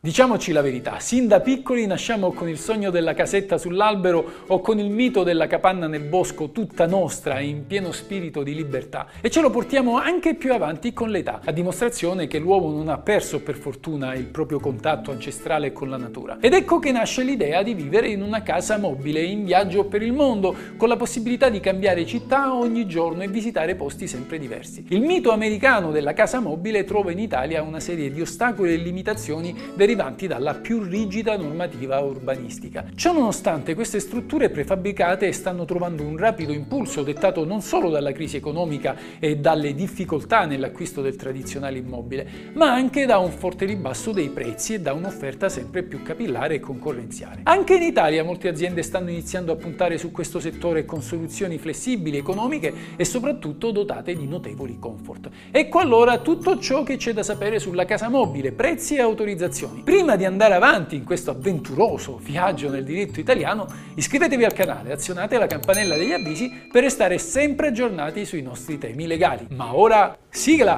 Diciamoci la verità, sin da piccoli nasciamo con il sogno della casetta sull'albero o con il mito della capanna nel bosco tutta nostra e in pieno spirito di libertà, e ce lo portiamo anche più avanti con l'età, a dimostrazione che l'uomo non ha perso per fortuna il proprio contatto ancestrale con la natura. Ed ecco che nasce l'idea di vivere in una casa mobile in viaggio per il mondo, con la possibilità di cambiare città ogni giorno e visitare posti sempre diversi. Il mito americano della casa mobile trova in Italia una serie di ostacoli e limitazioni derivanti dalla più rigida normativa urbanistica. Ciò nonostante, queste strutture prefabbricate stanno trovando un rapido impulso dettato non solo dalla crisi economica e dalle difficoltà nell'acquisto del tradizionale immobile, ma anche da un forte ribasso dei prezzi e da un'offerta sempre più capillare e concorrenziale. Anche in Italia molte aziende stanno iniziando a puntare su questo settore con soluzioni flessibili, economiche e soprattutto dotate di notevoli comfort. Ecco allora tutto ciò che c'è da sapere sulla casa mobile, prezzi e autorizzazioni. Prima di andare avanti in questo avventuroso viaggio nel diritto italiano, iscrivetevi al canale e azionate la campanella degli avvisi per restare sempre aggiornati sui nostri temi legali. Ma ora, sigla!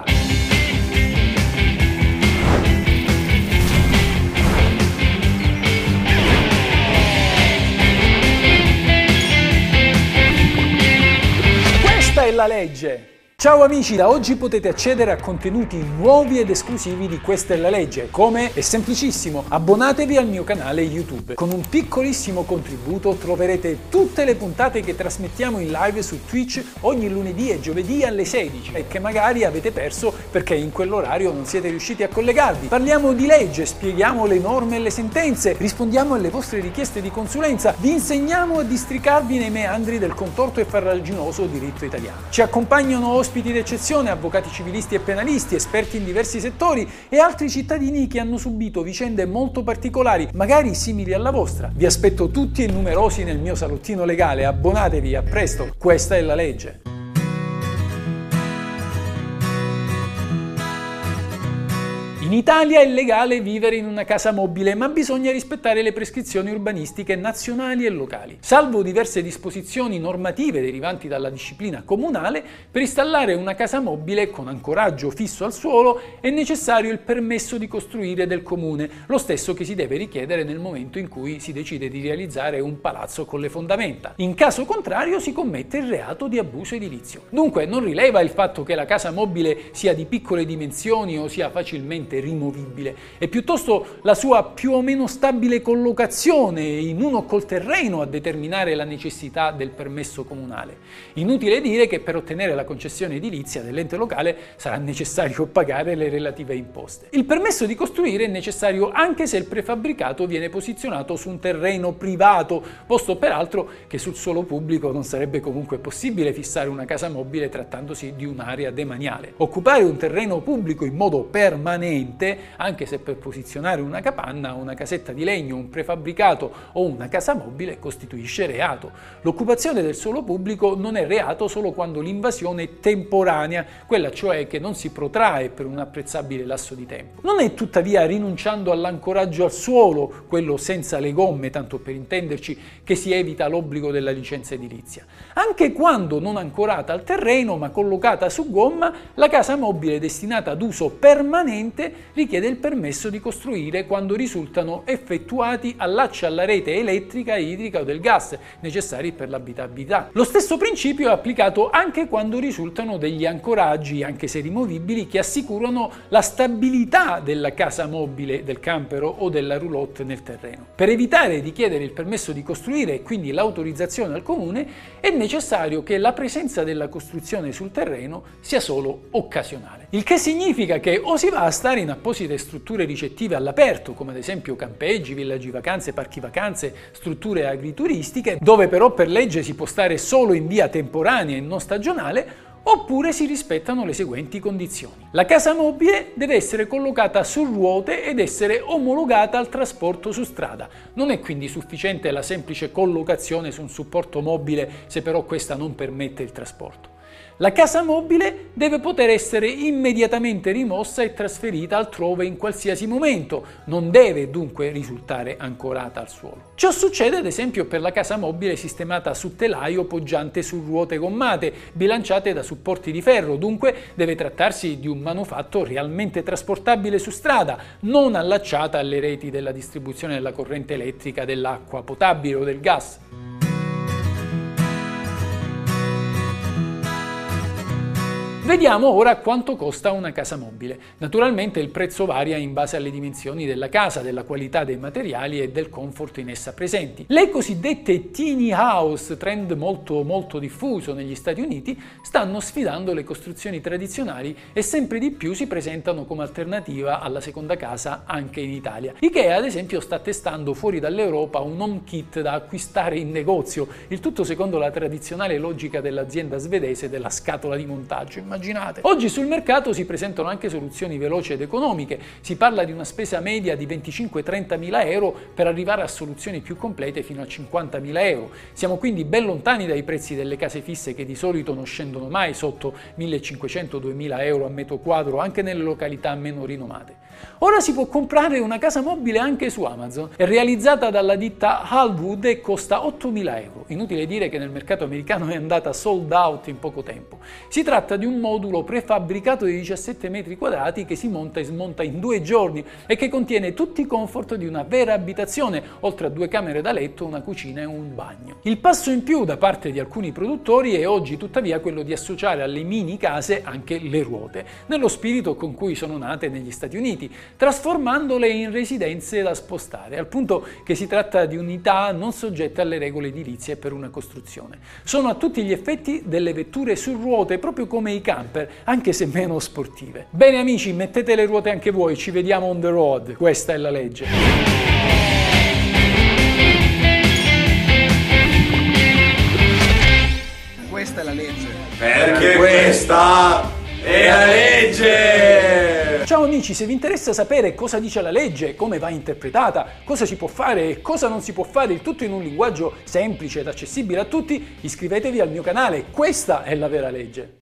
Questa è la legge! Ciao amici, da oggi potete accedere a contenuti nuovi ed esclusivi di Questa è la legge. Come? È semplicissimo, abbonatevi al mio canale YouTube. Con un piccolissimo contributo troverete tutte le puntate che trasmettiamo in live su Twitch ogni lunedì e giovedì alle 16 e che magari avete perso perché in quell'orario non siete riusciti a collegarvi. Parliamo di legge, spieghiamo le norme e le sentenze, rispondiamo alle vostre richieste di consulenza, vi insegniamo a districarvi nei meandri del contorto e farraginoso diritto italiano. Ci accompagnano ospiti d'eccezione, avvocati civilisti e penalisti, esperti in diversi settori e altri cittadini che hanno subito vicende molto particolari, magari simili alla vostra. Vi aspetto tutti e numerosi nel mio salottino legale, abbonatevi, a presto, questa è la legge. In Italia è legale vivere in una casa mobile, ma bisogna rispettare le prescrizioni urbanistiche nazionali e locali. Salvo diverse disposizioni normative derivanti dalla disciplina comunale, per installare una casa mobile con ancoraggio fisso al suolo è necessario il permesso di costruire del comune, lo stesso che si deve richiedere nel momento in cui si decide di realizzare un palazzo con le fondamenta. In caso contrario si commette il reato di abuso edilizio. Dunque non rileva il fatto che la casa mobile sia di piccole dimensioni o sia facilmente rimovibile, è piuttosto la sua più o meno stabile collocazione in uno col terreno a determinare la necessità del permesso comunale. Inutile dire che per ottenere la concessione edilizia dell'ente locale sarà necessario pagare le relative imposte. Il permesso di costruire è necessario anche se il prefabbricato viene posizionato su un terreno privato, posto peraltro che sul suolo pubblico non sarebbe comunque possibile fissare una casa mobile trattandosi di un'area demaniale. Occupare un terreno pubblico in modo permanente, anche se per posizionare una capanna, una casetta di legno, un prefabbricato o una casa mobile, costituisce reato. L'occupazione del suolo pubblico non è reato solo quando l'invasione è temporanea, quella cioè che non si protrae per un apprezzabile lasso di tempo. Non è tuttavia rinunciando all'ancoraggio al suolo, quello senza le gomme, tanto per intenderci, che si evita l'obbligo della licenza edilizia. Anche quando non ancorata al terreno ma collocata su gomma, la casa mobile destinata ad uso permanente richiede il permesso di costruire quando risultano effettuati allacci alla rete elettrica, idrica o del gas necessari per l'abitabilità. Lo stesso principio è applicato anche quando risultano degli ancoraggi, anche se rimovibili, che assicurano la stabilità della casa mobile, del campero o della roulotte nel terreno. Per evitare di chiedere il permesso di costruire e quindi l'autorizzazione al comune, è necessario che la presenza della costruzione sul terreno sia solo occasionale. Il che significa che o si va a stare in apposite strutture ricettive all'aperto, come ad esempio campeggi, villaggi vacanze, parchi vacanze, strutture agrituristiche, dove però per legge si può stare solo in via temporanea e non stagionale, oppure si rispettano le seguenti condizioni. La casa mobile deve essere collocata su ruote ed essere omologata al trasporto su strada. Non è quindi sufficiente la semplice collocazione su un supporto mobile se però questa non permette il trasporto. La casa mobile deve poter essere immediatamente rimossa e trasferita altrove in qualsiasi momento, non deve dunque risultare ancorata al suolo. Ciò succede ad esempio per la casa mobile sistemata su telaio poggiante su ruote gommate, bilanciate da supporti di ferro, dunque deve trattarsi di un manufatto realmente trasportabile su strada, non allacciata alle reti della distribuzione della corrente elettrica, dell'acqua potabile o del gas. Vediamo ora quanto costa una casa mobile. Naturalmente il prezzo varia in base alle dimensioni della casa, della qualità dei materiali e del comfort in essa presenti. Le cosiddette tiny house, trend molto diffuso negli Stati Uniti, stanno sfidando le costruzioni tradizionali e sempre di più si presentano come alternativa alla seconda casa anche in Italia. IKEA ad esempio sta testando fuori dall'Europa un home kit da acquistare in negozio, il tutto secondo la tradizionale logica dell'azienda svedese della scatola di montaggio. Immaginate. Oggi sul mercato si presentano anche soluzioni veloci ed economiche, si parla di una spesa media di 25-30 mila euro per arrivare a soluzioni più complete fino a 50 mila euro. Siamo quindi ben lontani dai prezzi delle case fisse che di solito non scendono mai sotto 1500-2000 euro a metro quadro anche nelle località meno rinomate. Ora si può comprare una casa mobile anche su Amazon, è realizzata dalla ditta Hallwood e costa 8.000 euro. Inutile dire che nel mercato americano è andata sold out in poco tempo. Si tratta di un modulo prefabbricato di 17 metri quadrati che si monta e smonta in 2 giorni e che contiene tutti i comfort di una vera abitazione, oltre a 2 camere da letto, una cucina e un bagno. Il passo in più da parte di alcuni produttori è oggi tuttavia quello di associare alle mini case anche le ruote, nello spirito con cui sono nate negli Stati Uniti, trasformandole in residenze da spostare, al punto che si tratta di unità non soggette alle regole edilizie per una costruzione. Sono a tutti gli effetti delle vetture su ruote, proprio come i camper, anche se meno sportive. Bene amici, mettete le ruote anche voi, ci vediamo on the road, questa è la legge. Questa è la legge. Perché questa è la legge! Ciao amici, se vi interessa sapere cosa dice la legge, come va interpretata, cosa si può fare e cosa non si può fare, il tutto in un linguaggio semplice ed accessibile a tutti, iscrivetevi al mio canale, questa è la vera legge.